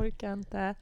orkar inte.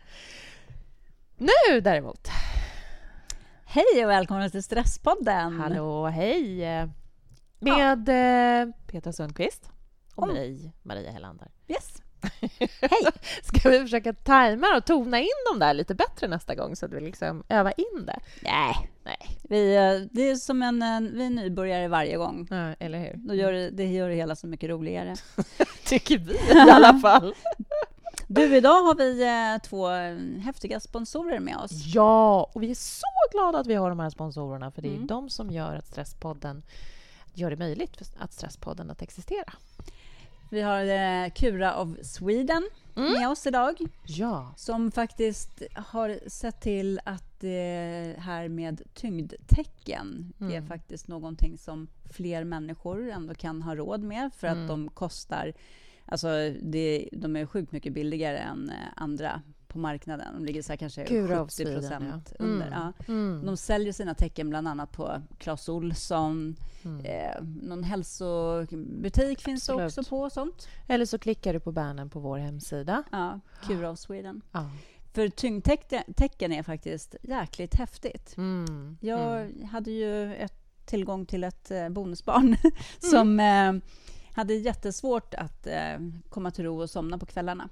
Nu däremot. Hej och välkomna till Stresspodden. Hallå, hej. Med Petra Sundqvist och mig, Maria Hellander. Yes. Hej. Ska vi försöka tajma och tona in dem där lite bättre nästa gång så att vi liksom övar in det? Nej. Det är som vi är nybörjare varje gång. Ja, eller hur? Då det gör det hela så mycket roligare. Tycker vi i alla fall. Du, idag har vi 2 häftiga sponsorer med oss. Ja, och vi är så glada att vi har de här sponsorerna, för det är de som gör att Stresspodden gör det möjligt för att Stresspodden att existera. Vi har Cura of Sweden med oss idag. Ja. Som faktiskt har sett till att det här med tyngdtecken är faktiskt någonting som fler människor ändå kan ha råd med, för att de kostar, alltså de är sjukt mycket billigare än andra på marknaden. De ligger så här kanske 70% under. Ja. De säljer sina tecken bland annat på Clas Ohlson. Någon hälsobutik finns det också på sånt. Eller så klickar du på bannern på vår hemsida. Ja, Cura of Sweden. Ja. För tyngdtecken är faktiskt jäkligt häftigt. Jag hade ju tillgång till ett bonusbarn som hade jättesvårt att komma till ro och somna på kvällarna.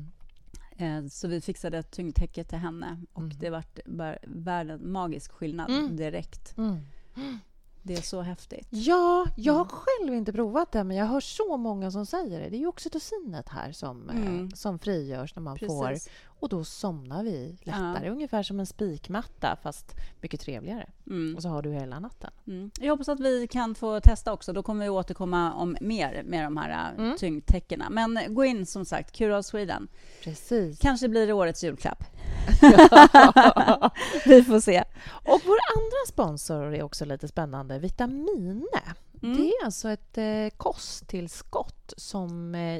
Så vi fixade ett tyngdtäcke till henne och det var bara världens magisk skillnad direkt. Det är så häftigt. Ja, jag har själv inte provat det, men jag hör så många som säger det. Det är ju oxytocinet här som frigörs när man får, och då somnar vi lättare. Ungefär som en spikmatta, fast mycket trevligare. Och så har du hela natten. Jag hoppas att vi kan få testa också. Då kommer vi återkomma om mer med de här tyngdtäckena. Men gå in som sagt, Cura of Sweden. Precis. Kanske blir det årets julklapp. Vi får se. Och vår andra sponsor är också lite spännande, Vitamine. Det är alltså ett kosttillskott som är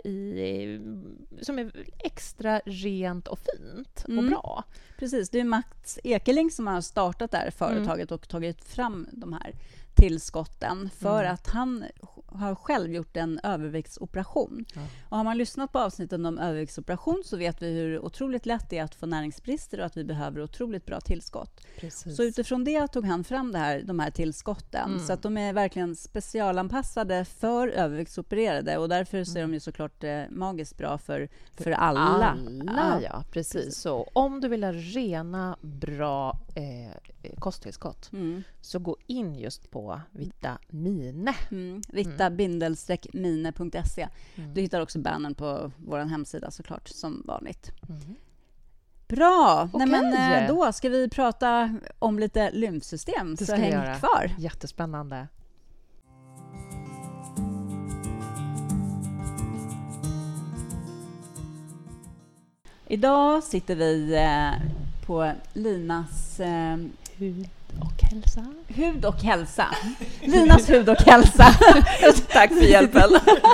extra rent och fint och bra. Precis, det är Mats Ekeling som har startat det här företaget och tagit fram de här tillskotten för att han har själv gjort en överviktsoperation. Och har man lyssnat på avsnitten om överviktsoperation så vet vi hur otroligt lätt det är att få näringsbrister och att vi behöver otroligt bra tillskott. Precis. Så utifrån det tog han fram de här tillskotten. Så att de är verkligen specialanpassade för överviktsopererade, och därför så är de ju såklart magiskt bra för alla. Ja, precis. Så om du vill ha rena, bra kosttillskott så gå in just på Vitamine. Vita-mine.se. Du hittar också bannern på vår hemsida såklart, som vanligt. Bra! Okay. Nej, men då ska vi prata om lite lymfsystem, så häng kvar. Jättespännande. Idag sitter vi på Linas Hud och hälsa. Linas hud och hälsa. Tack för hjälpen.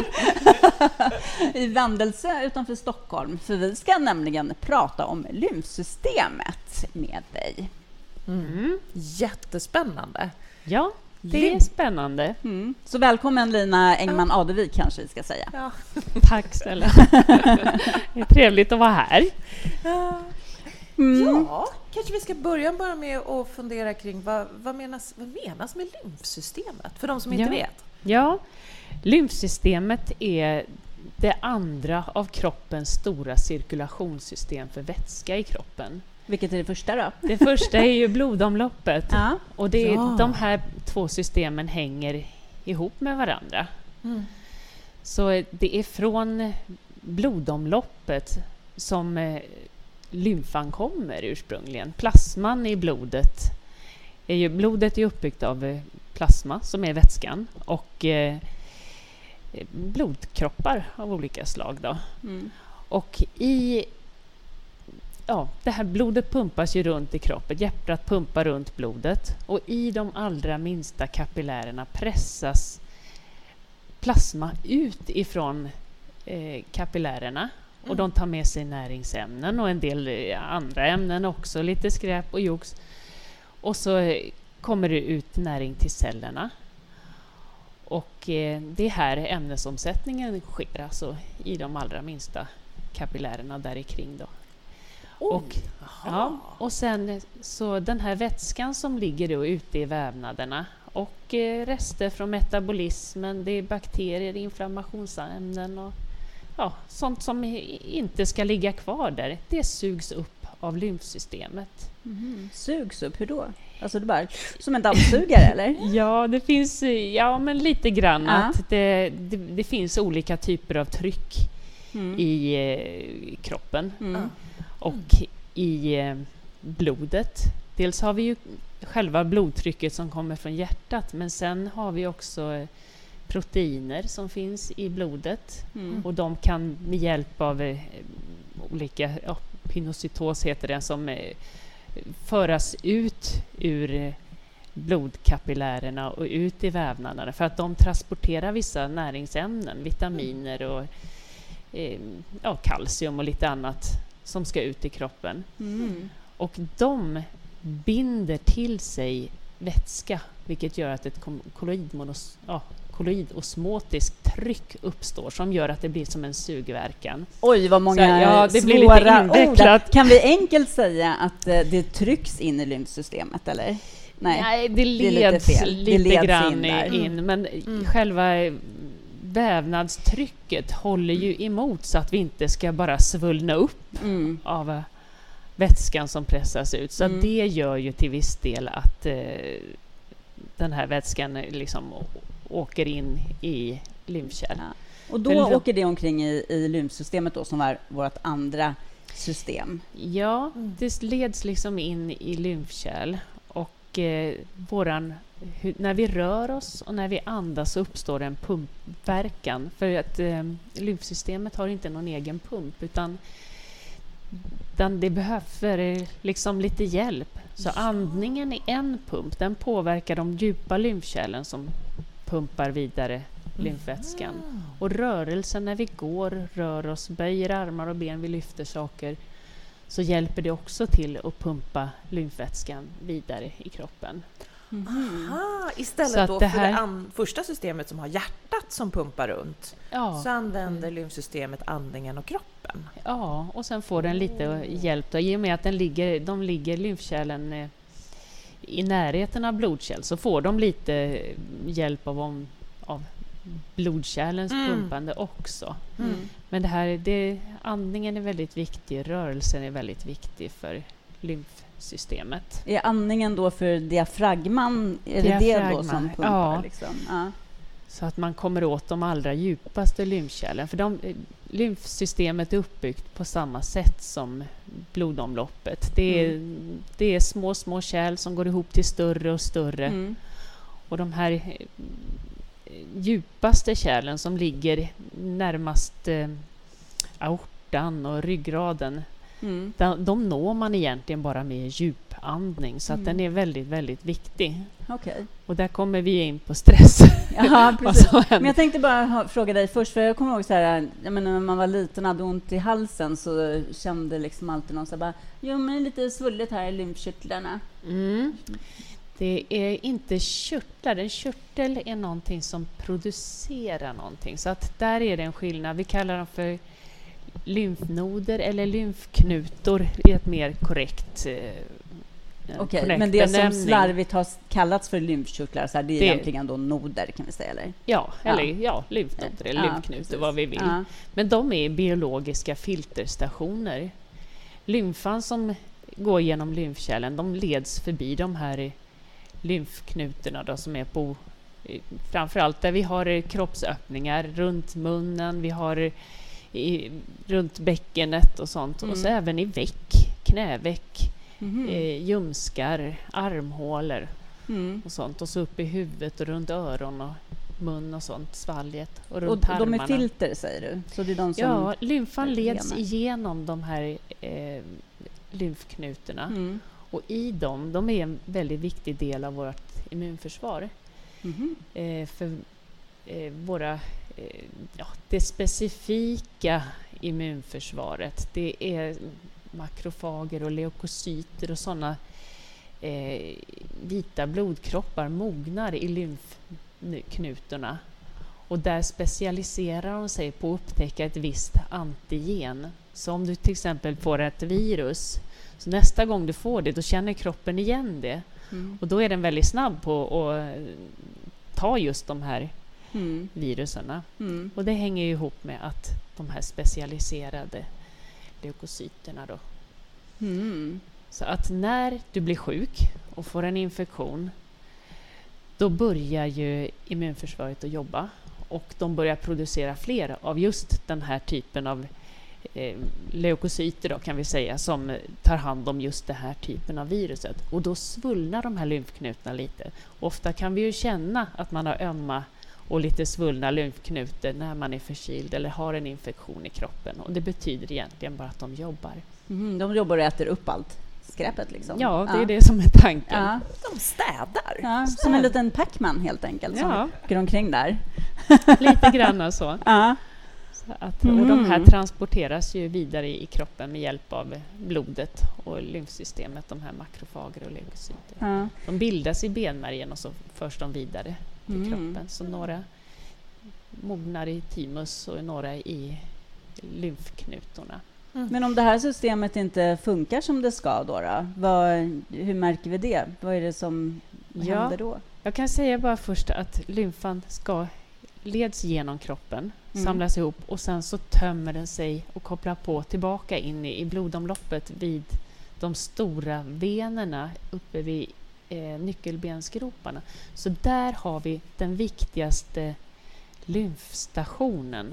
I Vandelse utanför Stockholm. För vi ska nämligen prata om lymfsystemet med dig. Jättespännande. Ja, det är spännande. Så välkommen Lina Engman Adevik, kanske vi ska säga. Ja. Tack snälla. Det är trevligt att vara här. Ja, kanske vi ska börja bara med att fundera kring vad menas med lymfsystemet, för de som inte vet. Ja, lymfsystemet är det andra av kroppens stora cirkulationssystem för vätska i kroppen. Vilket är det första då? Det första är ju blodomloppet. Ja. Och de här 2 systemen hänger ihop med varandra. Så det är från blodomloppet som lymfan kommer ursprungligen. Plasman i blodet är uppbyggt av plasma, som är vätskan, och blodkroppar av olika slag då. Och det här blodet pumpas ju runt i kroppen. Hjärtat pumpar runt blodet, och i de allra minsta kapillärerna pressas plasma ut ifrån kapillärerna. Och de tar med sig näringsämnen och en del andra ämnen också, lite skräp och jox. Och så kommer det ut näring till cellerna. Och det är här ämnesomsättningen sker, alltså i de allra minsta kapillärerna där kring då. Och sen så den här vätskan som ligger då ute i vävnaderna och rester från metabolismen, det är bakterier, inflammationsämnen och sånt som inte ska ligga kvar där, det sugs upp av lymfsystemet. Sugs upp, hur då? Alltså det bara som en dammsugare eller? Ja, det finns men lite grann att det finns olika typer av tryck i kroppen och i blodet. Dels har vi ju själva blodtrycket som kommer från hjärtat, men sen har vi också proteiner som finns i blodet och de kan med hjälp av olika pinocytos heter det, som föras ut ur blodkapillärerna och ut i vävnaderna för att de transporterar vissa näringsämnen, vitaminer och kalcium och lite annat som ska ut i kroppen. Och de binder till sig vätska, vilket gör att ett kolloidosmotiskt tryck uppstår som gör att det blir som en sugverkan. Oj, vad många det blir lite invecklat. Kan vi enkelt säga att det trycks in i lymfsystemet, eller? Nej, det leds lite grann in, men själva vävnadstrycket håller ju emot så att vi inte ska bara svullna upp av vätskan som pressas ut. Så det gör ju till viss del att den här vätskan liksom åker in i lymfkärl. Ja. Och då åker det omkring i lymfsystemet då, som var vårt andra system? Ja, det leds liksom in i lymfkärl och när vi rör oss och när vi andas så uppstår en pumpverkan, för att lymfsystemet har inte någon egen pump, utan det behöver liksom lite hjälp. Så andningen är en pump, den påverkar de djupa lymfkärlen som pumpar vidare lymfvätskan. Och rörelsen när vi rör oss, böjer armar och ben, vi lyfter saker, så hjälper det också till att pumpa lymfvätskan vidare i kroppen. Aha, istället då för det första systemet som har hjärtat som pumpar runt, så använder lymfsystemet andningen och kroppen. Ja, och sen får den lite hjälp då, i och med att de ligger lymfkärlen i närheten av blodkärl, så får de lite hjälp av blodkärlens pumpande också. Men andningen är väldigt viktig, rörelsen är väldigt viktig för lymfsystemet. Är andningen då för diafragman? Är det då som pumpar? Ja. Liksom? Ja. Så att man kommer åt de allra djupaste lymfkärlen. För lymfsystemet är uppbyggt på samma sätt som blodomloppet. Det är små kärl som går ihop till större och större. Och de här djupaste kärlen som ligger närmast aortan och ryggraden, de når man egentligen bara med djupandning, så att den är väldigt, väldigt viktig. Okay. Och där kommer vi in på stress. Ja, precis. Men jag tänkte bara fråga dig först, för jag kommer ihåg så här, när man var liten och hade ont i halsen, så kände liksom alltid någon så här, men lite svullet här i lymfkörtlarna. Det är inte körtlar. En körtel är någonting som producerar någonting. Så att där är det en skillnad. Vi kallar dem för lymfnoder eller lymfknutor i ett mer korrekt Okej, men det som slarvigt har kallats för lymfkörtlar, så här, det är egentligen då noder, kan vi säga, eller? Lymfnoder eller lymfknutor, vad vi vill. Ja. Men de är biologiska filterstationer. Lymfan som går genom lymfkärlen, de leds förbi de här lymfknutorna då, som är på framförallt där vi har kroppsöppningar runt munnen, vi har runt bäckenet och sånt, och så även i knäveck, ljumskar, armhålor och sånt, och så upp i huvudet och runt öron och mun och sånt, svalget och runt tarmarna. De är filter, säger du? Så det är de som lymfan leds igenom de här lymfknutorna. Och i dem, de är en väldigt viktig del av vårt immunförsvar. För det specifika immunförsvaret, det är makrofager och leukocyter och sådana vita blodkroppar mognar i lymfknutorna. Och där specialiserar de sig på att upptäcka ett visst antigen. Så om du till exempel får ett virus, så nästa gång du får det, då känner kroppen igen det. Och då är den väldigt snabb på att ta just de här viruserna. Och det hänger ju ihop med att de här specialiserade leukocyterna då. Så att när du blir sjuk och får en infektion, då börjar ju immunförsvaret att jobba. Och de börjar producera fler av just den här typen av leukocyter då, kan vi säga, som tar hand om just den här typen av viruset. Och då svullnar de här lymfknutarna lite. Ofta kan vi ju känna att man har ömma och lite svullna lymfknutor när man är förkyld eller har en infektion i kroppen. Och det betyder egentligen bara att de jobbar. De jobbar och äter upp allt skräpet liksom. Ja, det är det som är tanken. Ja. De städar. Ja, som en liten Pac-Man helt enkelt, som åker omkring där. Lite grann så. Så att, och de här transporteras ju vidare i kroppen med hjälp av blodet och lymfsystemet, de här makrofager och leukocyter. De bildas i benmärgen och så förs de vidare till kroppen. Så några mognar i thymus och några i lymfknutorna. Men om det här systemet inte funkar som det ska då? Hur märker vi det? Vad är det som händer då? Jag kan säga bara först att lymfan leds genom kroppen, samlas ihop och sen så tömmer den sig och kopplar på tillbaka in i blodomloppet vid de stora venerna uppe vid nyckelbensgroparna. Så där har vi den viktigaste lymfstationen.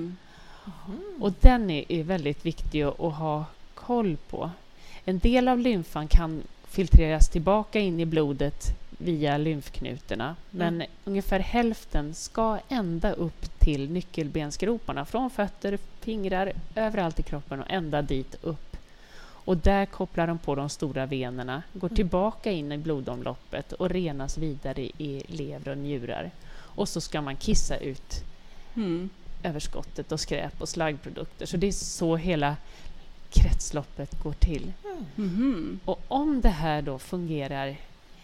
Och den är väldigt viktig att ha koll på. En del av lymfan kan filtreras tillbaka in i blodet via lymfknutorna, men ungefär hälften ska ända upp till nyckelbensgroparna, från fötter, fingrar, överallt i kroppen och ända dit upp. Och där kopplar de på de stora venerna, går tillbaka in i blodomloppet och renas vidare i lever och njurar. Och så ska man kissa ut överskottet och skräp och slaggprodukter. Så det är så hela kretsloppet går till. Och om det här då fungerar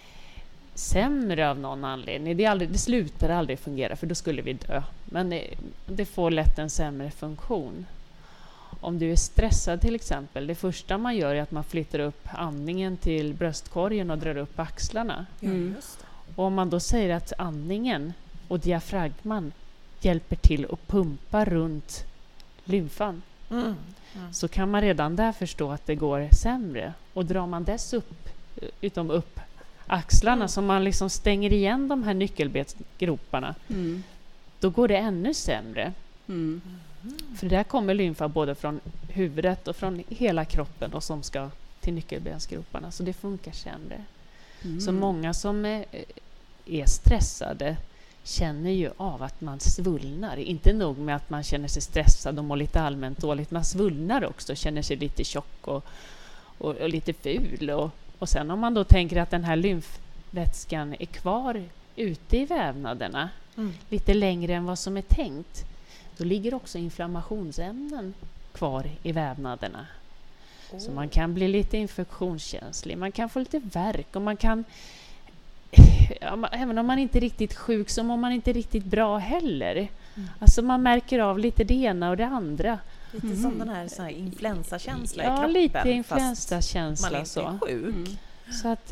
sämre av någon anledning, det slutar aldrig fungera, för då skulle vi dö. Men det får lätt en sämre funktion. Om du är stressad till exempel, det första man gör är att man flyttar upp andningen till bröstkorgen och drar upp axlarna. Och om man då säger att andningen och diafragman hjälper till att pumpa runt lymfan, så kan man redan där förstå att det går sämre. Och drar man dessutom upp axlarna så man liksom stänger igen de här nyckelbensgroparna, då går det ännu sämre. För där kommer lymfa både från huvudet och från hela kroppen och som ska till nyckelbensgroparna, så det funkar sämre. Så många som är stressade känner ju av att man svullnar. Inte nog med att man känner sig stressad och mår lite allmänt dåligt, man svullnar också och känner sig lite tjock och lite ful. Och sen om man då tänker att den här lymfvätskan är kvar ute i vävnaderna lite längre än vad som är tänkt, då ligger också inflammationsämnen kvar i vävnaderna. Så man kan bli lite infektionskänslig, man kan få lite värk och man kan, även om man inte är riktigt sjuk, så mår man inte riktigt bra heller. Alltså man märker av lite det ena och det andra. Lite som den här influensakänsla i kroppen. Ja, lite influensakänsla. Man är inte sjuk. Så att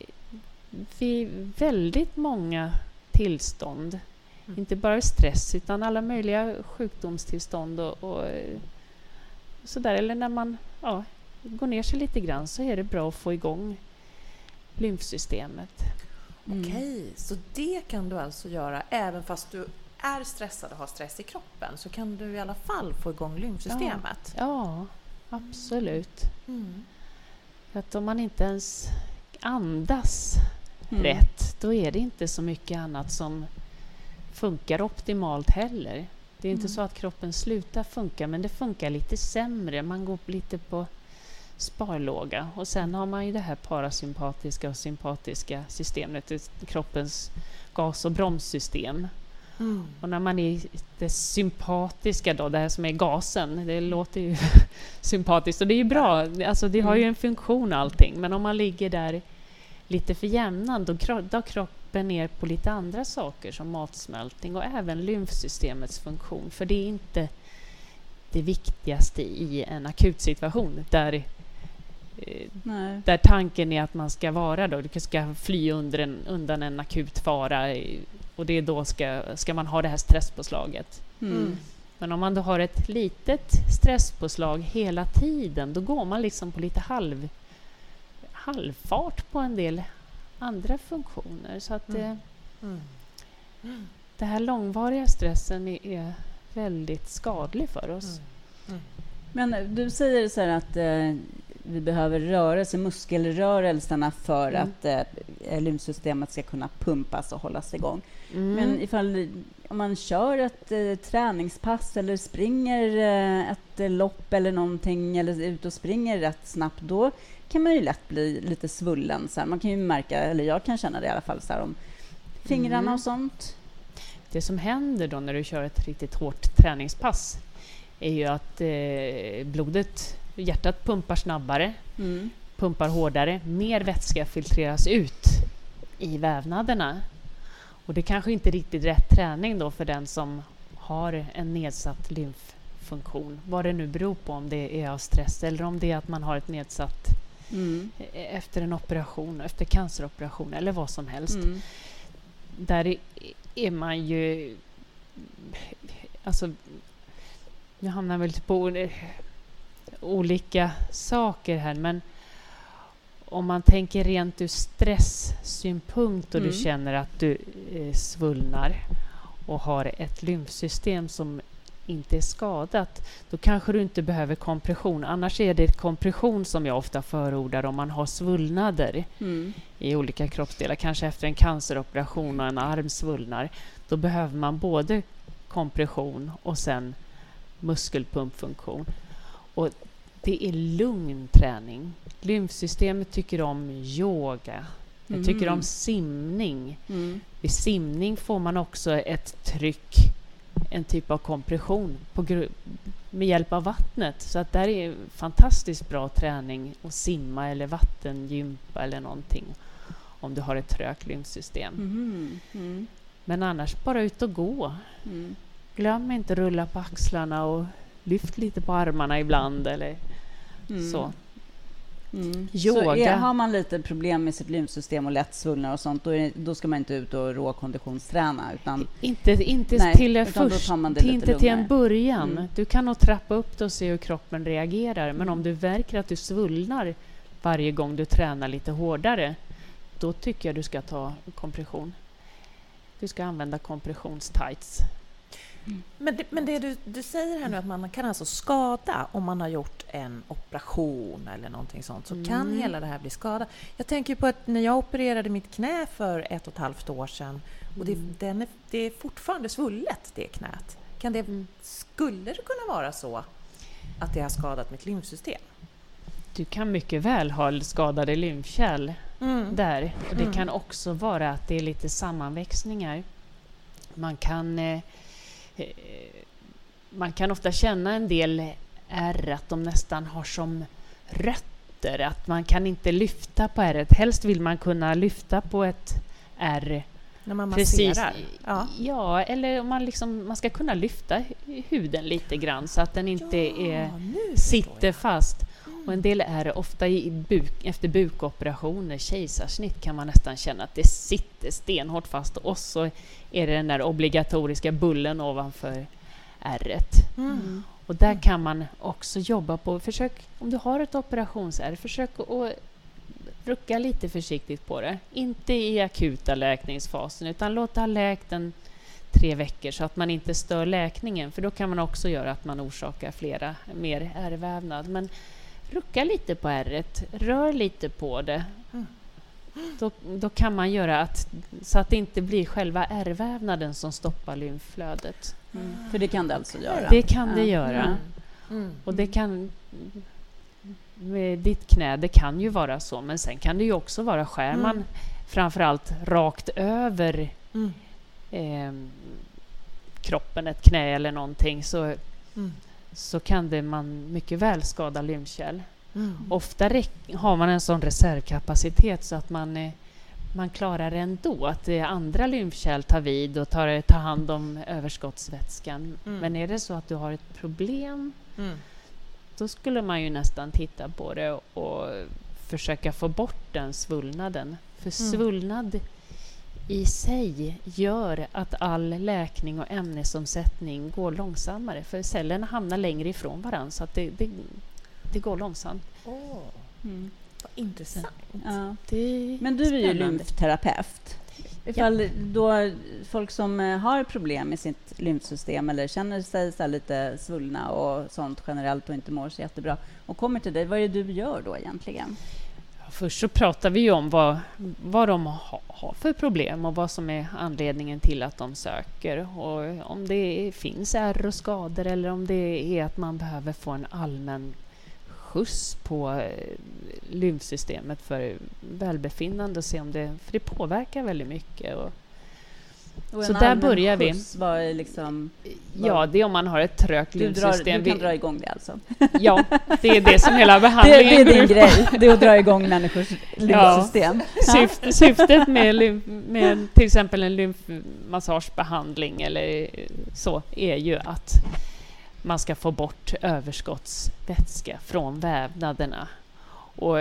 vi väldigt många tillstånd, inte bara stress utan alla möjliga sjukdomstillstånd och sådär. Eller när man går ner sig lite grann, så är det bra att få igång lymfsystemet. Okej, så det kan du alltså göra även fast du är stressad och har stress i kroppen, så kan du i alla fall få igång lymfsystemet. Ja, absolut. Att om man inte ens andas rätt, då är det inte så mycket annat som funkar optimalt heller. Det är inte så att kroppen slutar funka, men det funkar lite sämre. Man går lite på sparlåga. Och sen har man ju det här parasympatiska och sympatiska systemet, kroppens gas- och bromssystem. Och när man är i det sympatiska då, det här som är gasen, det låter ju sympatiskt och det är ju bra, alltså det har ju en funktion allting, men om man ligger där lite för jämnan, då drar kroppen ner på lite andra saker som matsmältning och även lymfsystemets funktion. För det är inte det viktigaste i en akutsituation där tanken är att man ska vara då, du ska fly undan en akut fara, och det är då ska man ha det här stresspåslaget. Men om man då har ett litet stresspåslag hela tiden, då går man liksom på lite halvfart på en del andra funktioner. Så att det här långvariga stressen är väldigt skadlig för oss. Men du säger så här att vi behöver rörelse, muskelrörelserna för att lymfsystemet ska kunna pumpas och hållas igång. Men om man kör ett träningspass eller springer ett lopp eller någonting, eller är ute och springer rätt snabbt, då kan man ju lätt bli lite svullen. Så här. Man kan ju märka, eller jag kan känna det i alla fall, så här, om fingrarna och sånt. Det som händer då när du kör ett riktigt hårt träningspass är ju att hjärtat pumpar snabbare, pumpar hårdare, mer vätska filtreras ut i vävnaderna. Och det kanske inte är riktigt rätt träning då för den som har en nedsatt lymffunktion. Vad det nu beror på, om det är av stress eller om det är att man har ett nedsatt efter en operation, efter canceroperation eller vad som helst. Där är man ju... Alltså, nu hamnar väl på olika saker här, men om man tänker rent ur stresssynpunkt och du känner att du svullnar och har ett lymfsystem som inte är skadat, då kanske du inte behöver kompression. Annars är det kompression som jag ofta förordar om man har svullnader i olika kroppsdelar. Kanske efter en canceroperation och en arm svullnar. Då behöver man både kompression och sen muskelpumpfunktion. Och det är lugn träning. Lymfsystemet tycker om yoga. Det tycker om simning. Vid simning får man också ett tryck, en typ av kompression med hjälp av vattnet. Så att där är fantastiskt bra träning att simma eller vattengympa eller någonting om du har ett trögt lymfsystem. Men annars bara ut och gå. Glöm inte rulla på axlarna och lyft lite på armarna ibland eller så. Yoga. Så har man lite problem med sitt lymfsystem och lätt svullnar och sånt, då ska man inte ut och råkonditionsträna, utan inte till en början. Du kan nog trappa upp det och se hur kroppen reagerar, men om du märker att du svullnar varje gång du tränar lite hårdare, då tycker jag du ska ta kompression. Du ska använda kompressionstights. Men det du säger här nu, att man kan alltså skada om man har gjort en operation eller någonting sånt, så kan hela det här bli skadat. Jag tänker på att när jag opererade mitt knä för 1,5 år sedan, och det är fortfarande svullet, det knät. Skulle det kunna vara så att det har skadat mitt lymfsystem? Du kan mycket väl ha skadade lymfkärl där. Och det kan också vara att det är lite sammanväxningar. Man kan ofta känna en del ärr, att de nästan har som rötter. Att man kan inte lyfta på ärret. Helst vill man kunna lyfta på ett ärr. När man masserar? Ja, eller om man ska kunna lyfta huden lite grann så att den inte sitter fast. Och en del är ofta efter bukoperationer, kejsarsnitt, kan man nästan känna att det sitter stenhårt fast. Och så är det den där obligatoriska bullen ovanför ärret. Och där kan man också jobba på. Om du har ett operationsärr, försök att rucka lite försiktigt på det. Inte i akuta läkningsfasen, utan låt det ha läkt 3 veckor så att man inte stör läkningen. För då kan man också göra att man orsakar mer ärrvävnad. Men rucka lite på ärret, rör lite på det. Då kan man göra så att det inte blir själva ärrvävnaden som stoppar lymfflödet. För det kan det alltså göra? Det kan det göra. Och det kan... Med ditt knä, det kan ju vara så, men sen kan det ju också vara, skär man framförallt rakt över kroppen, ett knä eller någonting, så kan man mycket väl skada lymfkärl. Ofta har man en sån reservkapacitet så att man klarar ändå att andra lymfkärl tar vid och tar hand om överskottsvätskan. Men är det så att du har ett problem, då skulle man ju nästan titta på det och försöka få bort den svullnaden. För svullnad i sig gör att all läkning och ämnesomsättning går långsammare. För cellerna hamnar längre ifrån varandra så att det går långsamt. Vad intressant. Ja. Men du är ju lymfterapeut. Ifall då folk som har problem med sitt lymfsystem eller känner sig så lite svullna och sånt generellt och inte mår så jättebra och kommer till dig, vad är det du gör då egentligen? Först så pratar vi ju om vad de har för problem och vad som är anledningen till att de söker. Och om det finns ärr och skador eller om det är att man behöver få en allmän skjuts på lymfsystemet för välbefinnande och se om för det påverkar väldigt mycket. Och så där börjar vi. Ja, det är om man har ett trögt lymfsystem. Du kan dra igång det alltså? Ja, det är det som hela behandlingen det är din grej, det är att dra igång människors lymfsystem. Syftet med till exempel en lymfmassagebehandling eller så är ju att man ska få bort överskottsvätska från vävnaderna. Och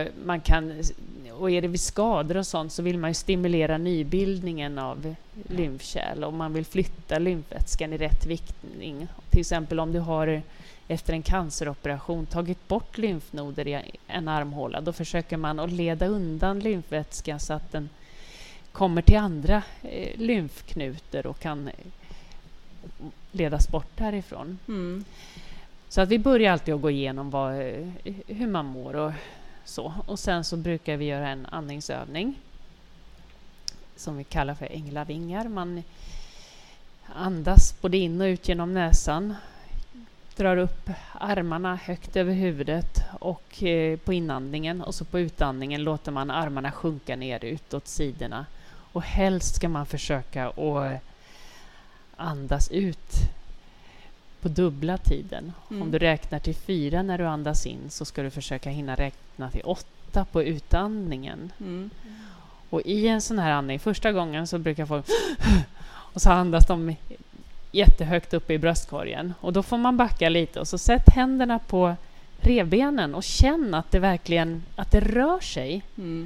är det vid skador och sånt så vill man ju stimulera nybildningen av lymfkärl och man vill flytta lymfvätskan i rätt riktning. Till exempel om du har efter en canceroperation tagit bort lymfnoder i en armhåla, då försöker man att leda undan lymfvätskan så att den kommer till andra lymfknutor och kan ledas bort därifrån. Så att vi börjar alltid att gå igenom hur man mår och så. Och sen så brukar vi göra en andningsövning som vi kallar för änglavingar. Man andas både in och ut genom näsan. Drar upp armarna högt över huvudet och på inandningen och så på utandningen låter man armarna sjunka ner utåt sidorna. Och helst ska man försöka att andas ut på dubbla tiden. Om du räknar till 4 när du andas in så ska du försöka hinna räkna till 8 på utandningen. Och i en sån här andning, första gången så brukar folk och så andas de jättehögt upp i bröstkorgen. Och då får man backa lite och så sätt händerna på revbenen och känn att det verkligen att det rör sig.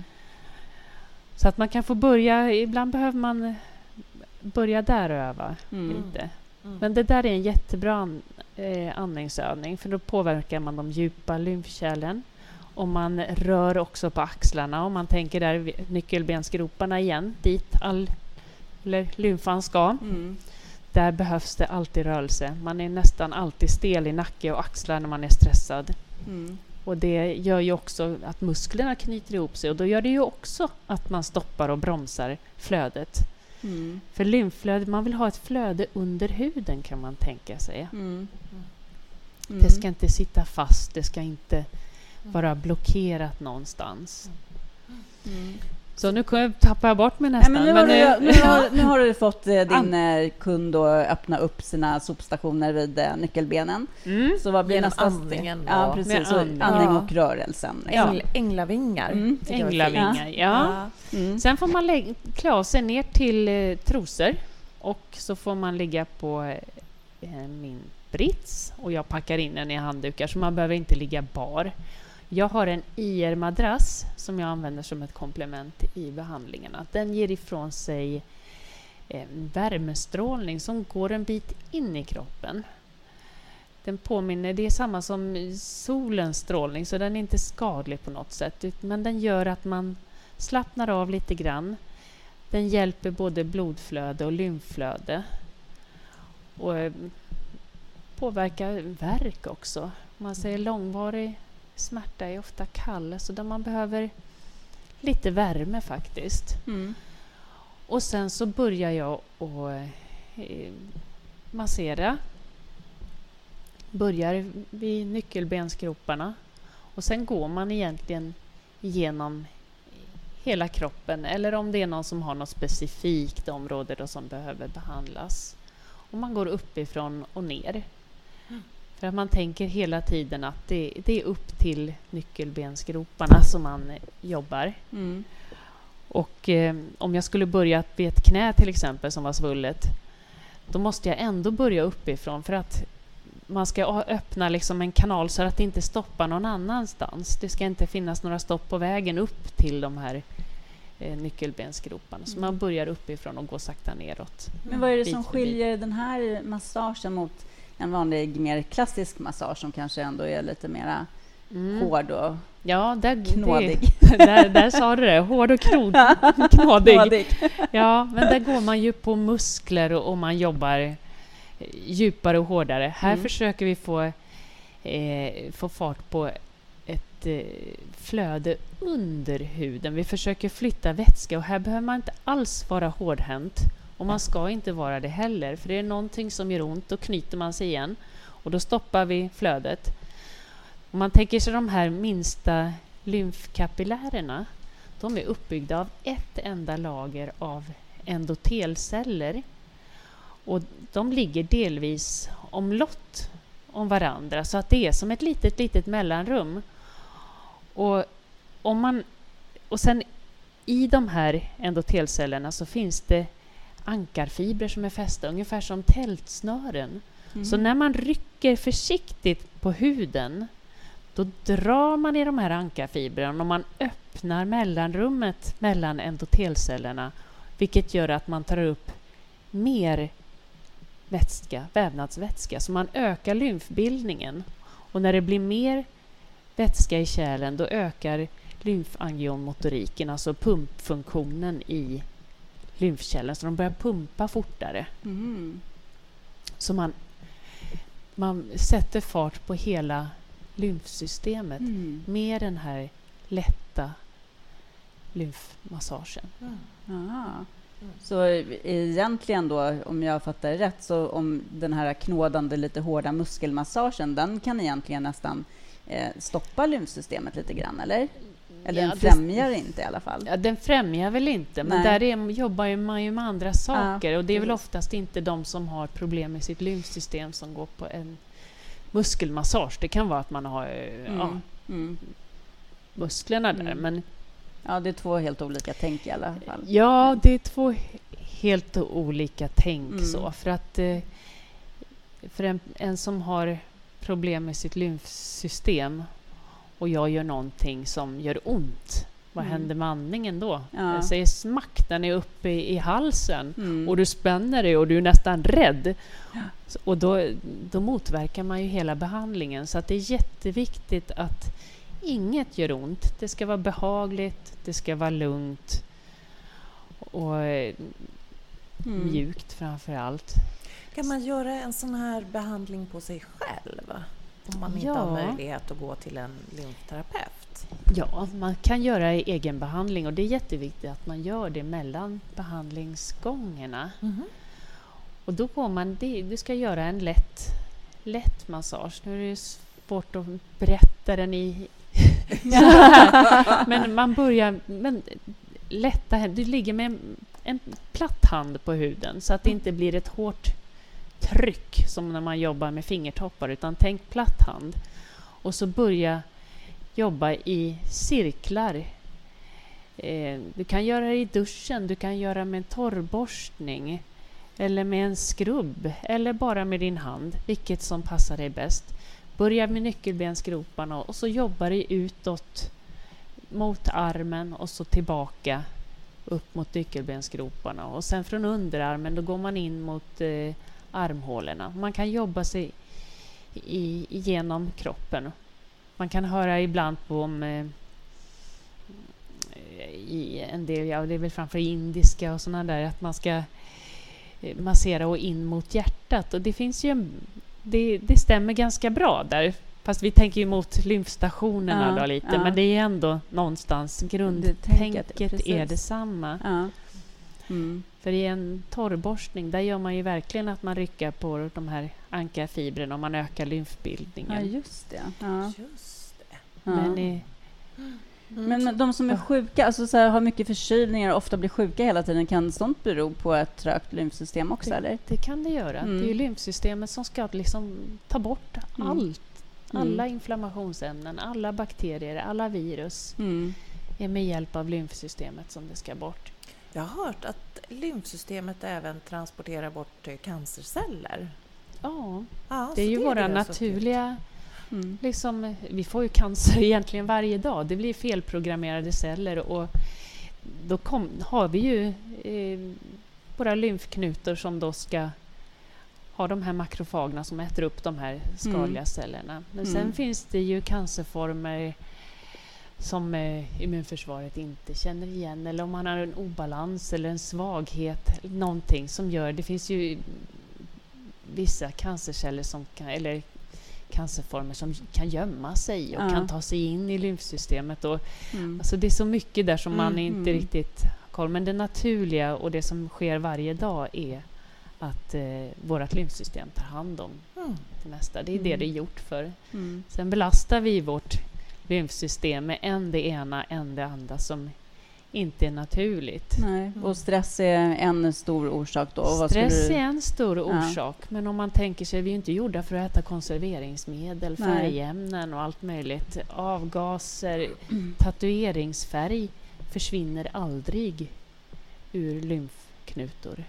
Så att man kan få börja, ibland behöver man börja där och öva lite. Men det där är en jättebra andningsövning för då påverkar man de djupa lymfkärlen och man rör också på axlarna och man tänker där nyckelbensgroparna igen dit lymfan ska. Där behövs det alltid rörelse. Man är nästan alltid stel i nacke och axlar när man är stressad. Och det gör ju också att musklerna knyter ihop sig och då gör det ju också att man stoppar och bromsar flödet. För lymflöde, man vill ha ett flöde under huden kan man tänka sig. Det ska inte sitta fast, det ska inte vara blockerat någonstans. Så nu tappar jag bort mig nästan. Nej, nu har du fått din kund att öppna upp sina sopstationer vid nyckelbenen. Så vad blir nästa andningen? Ja, precis. Andning och rörelsen. Änglavingar. Änglavingar, ja. Sen får man klä av sig ner till trosor och så får man ligga på min brits och jag packar in den i handdukar så man behöver inte ligga bar. Jag har en IR-madrass som jag använder som ett komplement i behandlingarna. Den ger ifrån sig värmestrålning som går en bit in i kroppen. Den påminner, det är samma som solens strålning så den är inte skadlig på något sätt. Men den gör att man slappnar av lite grann. Den hjälper både blodflöde och lymfflöde. Och påverkar värk också. Man säger långvarig smärta är ofta kall så där man behöver lite värme faktiskt. Och sen så börjar jag att massera. Börjar vid nyckelbensgroparna och sen går man egentligen genom hela kroppen eller om det är någon som har något specifikt område då som behöver behandlas. Och man går uppifrån och ner. För att man tänker hela tiden att det är upp till nyckelbensgroparna som man jobbar. Och om jag skulle börja vid ett knä till exempel som var svullet, då måste jag ändå börja uppifrån för att man ska öppna liksom en kanal så att det inte stoppar någon annanstans. Det ska inte finnas några stopp på vägen upp till de här nyckelbensgroparna. Så man börjar uppifrån och går sakta neråt. Men vad är det som skiljer den här massagen mot en vanlig mer klassisk massage som kanske ändå är lite mer hård och knådig? Där sa du det. Hård och knådig. Ja, men där går man ju på muskler och man jobbar djupare och hårdare. Här försöker vi få fart på ett flöde under huden. Vi försöker flytta vätska och här behöver man inte alls vara hårdhänt. Och man ska inte vara det heller. För det är någonting som gör ont, då knyter man sig igen. Och då stoppar vi flödet. Om man tänker sig de här minsta lymfkapillärerna, de är uppbyggda av ett enda lager av endotelceller. Och de ligger delvis omlott om varandra så att det är som ett litet mellanrum. Och sen i de här endotelcellerna så finns det ankarfibrer som är fästa ungefär som tältsnören. Så när man rycker försiktigt på huden, då drar man i de här ankarfibrerna och man öppnar mellanrummet mellan endotelcellerna, vilket gör att man tar upp mer vävnadsvätska. Så man ökar lymfbildningen. Och när det blir mer vätska i kärlen, då ökar lymfangionmotoriken, alltså pumpfunktionen i lymfkärlen. Så de börjar pumpa fortare. Så man sätter fart på hela lymfsystemet med den här lätta lymfmassagen. Så egentligen då, om jag fattar det rätt, så om den här knådande, lite hårda muskelmassagen, den kan egentligen nästan stoppa lymfsystemet lite grann, eller? Eller den främjar inte i alla fall. Ja, den främjar väl inte, men där jobbar man ju med andra saker. Och det är väl oftast inte de som har problem med sitt lymfsystem som går på en muskelmassage. Det kan vara att man har musklerna där, men ja, det är två helt olika tänk i alla fall. Ja, det är två helt olika tänk så. För att för en som har problem med sitt lymfsystem och jag gör någonting som gör ont, vad händer med andningen då? Jag säger smack, den är uppe i halsen och du spänner dig och du är nästan rädd. Och då motverkar man ju hela behandlingen. Så att det är jätteviktigt att inget gör ont. Det ska vara behagligt, det ska vara lugnt och mjukt framför allt. Kan man göra en sån här behandling på sig själv? Om man inte har möjlighet att gå till en lymfterapeut? Ja, man kan göra egen behandling och det är jätteviktigt att man gör det mellan behandlingsgångerna. Och då går man, du ska göra en lätt massage. Nu är det svårt att berätta den i men man börjar lätta. Du ligger med en platt hand på huden så att det inte blir ett hårt tryck som när man jobbar med fingertoppar, utan tänk platt hand. Och så börja jobba i cirklar. Du kan göra det i duschen, du kan göra med en torrborstning eller med en skrubb eller bara med din hand, vilket som passar dig bäst. Börja med nyckelbensgroparna och så jobbar du utåt mot armen och så tillbaka upp mot nyckelbensgroparna. Och sen från underarmen då går man in mot armhålorna. Man kan jobba sig igenom kroppen. Man kan höra ibland på i en del, det är väl framför indiska och sådana där, att man ska massera och in mot hjärtat. Och det finns ju det stämmer ganska bra där. Fast vi tänker ju mot lymfstationerna då lite. Men det är ändå någonstans grundtänket är detsamma. För i en torrborstning, där gör man ju verkligen att man rycker på de här ankarfibrerna och man ökar lymfbildningen. Ja, just det. Just det. Men Men de som är sjuka, alltså så här, har mycket förkylningar och ofta blir sjuka hela tiden, kan sånt bero på ett trögt lymfsystem också? Eller? Det kan det göra. Det är ju lymfsystemet som ska liksom ta bort allt. Alla inflammationsämnen, alla bakterier, alla virus är med hjälp av lymfsystemet som det ska bort. Jag har hört att lymfsystemet även transporterar bort cancerceller. Ja, det är ju våra naturliga... Liksom, vi får ju cancer egentligen varje dag. Det blir felprogrammerade celler och då har vi ju våra lymfknutor som då ska ha de här makrofagerna som äter upp de här skadliga cellerna. Men sen finns det ju cancerformer som immunförsvaret inte känner igen, eller om man har en obalans eller en svaghet, någonting som gör... Det finns ju vissa cancerceller som kan, eller cancerformer som kan gömma sig och kan ta sig in i lymfsystemet. Och, alltså det är så mycket där som man inte riktigt har koll. Men det naturliga och det som sker varje dag är att vårt lymfsystem tar hand om det mesta. Det är det är gjort för. Sen belastar vi vårt lymfsystem med än det ena, än det andra som inte är naturligt. Nej. Och stress är en stor orsak då? Och Stress är en stor orsak, men om man tänker sig, vi är inte gjorda för att äta konserveringsmedel, färgämnen och allt möjligt. Avgaser, tatueringsfärg försvinner aldrig ur lymfknutor.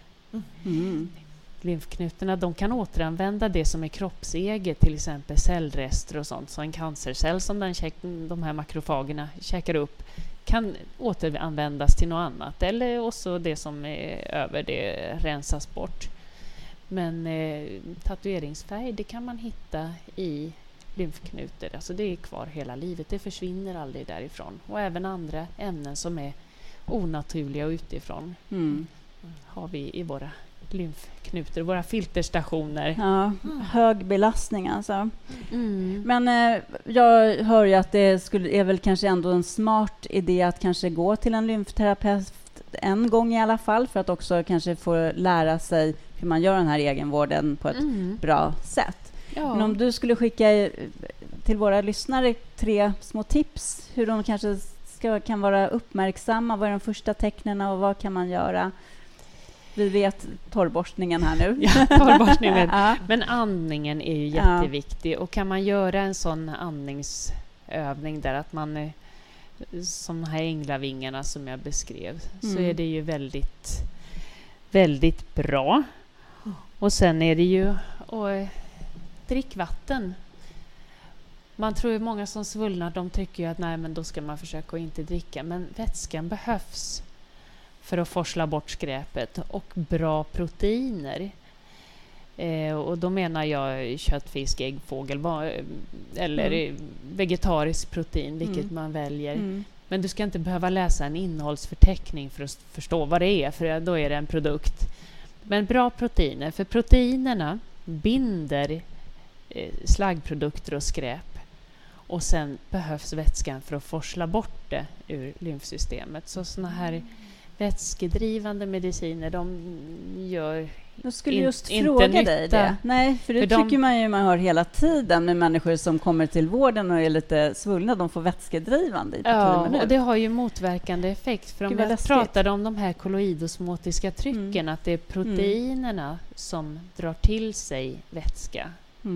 Lymfknutorna, de kan återanvända det som är kroppseget, till exempel cellrester och sånt. Så en cancercell som de här makrofagerna käkar upp kan återanvändas till något annat. Eller också det som är över det rensas bort. Men tatueringsfärg, det kan man hitta i lymfknutor. Alltså det är kvar hela livet. Det försvinner aldrig därifrån. Och även andra ämnen som är onaturliga utifrån har vi i våra lymfknutor, våra filterstationer. Ja, hög belastning alltså. Men jag hör ju att det är väl kanske ändå en smart idé att kanske gå till en lymfterapeut en gång i alla fall, för att också kanske få lära sig hur man gör den här egenvården på ett bra sätt. Ja. Men om du skulle skicka till våra lyssnare 3 små tips hur de kanske kan vara uppmärksamma, vad är de första tecknen och vad kan man göra? Vi vet torrborstningen här nu. Ja, torrborstningen. Men andningen är ju jätteviktig. Och kan man göra en sån andningsövning där att man, som de här änglavingarna som jag beskrev, så är det ju väldigt, väldigt bra. Och sen är det ju drick vatten. Man tror ju många som svullnar, de tycker ju att nej, men då ska man försöka att inte dricka. Men vätskan behövs för att forsla bort skräpet, och bra proteiner. Och då menar jag kött, fisk, ägg, fågel eller vegetarisk protein, vilket man väljer. Men du ska inte behöva läsa en innehållsförteckning för att förstå vad det är, för då är det en produkt. Men bra proteiner, för proteinerna binder slaggprodukter och skräp. Och sen behövs vätskan för att forsla bort det ur lymfsystemet. Så såna här vätskedrivande mediciner, de gör jag skulle just fråga dig det. Nej, för det tycker man ju man hör hela tiden med människor som kommer till vården och är lite svullna, de får vätskedrivande i 10 minuter. Och det har ju motverkande effekt. För om vi pratade om de här kolloidosmotiska trycken, att det är proteinerna som drar till sig vätska.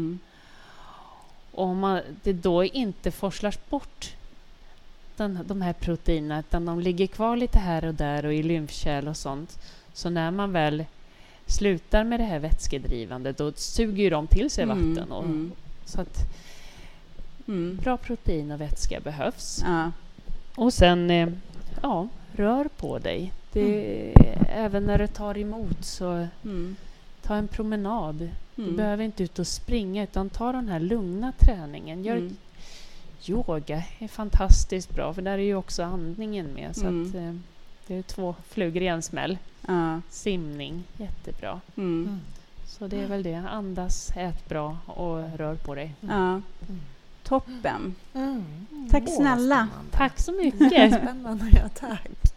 Och om det då inte forslas bort de här proteinerna, utan de ligger kvar lite här och där och i lymfkärl och sånt. Så när man väl slutar med det här vätskedrivandet, då suger ju de till sig vatten. Och, så att bra protein och vätska behövs. Och sen rör på dig. Även när det tar emot, så ta en promenad. Du behöver inte ut och springa, utan ta den här lugna träningen. Yoga är fantastiskt bra, för där är ju också andningen med. Så att, det är 2 flugor i en smäll. Simning, jättebra. Så det är väl det. Andas, ät bra och rör på dig. Toppen. Tack snälla. Tack så mycket. Spännande, tack.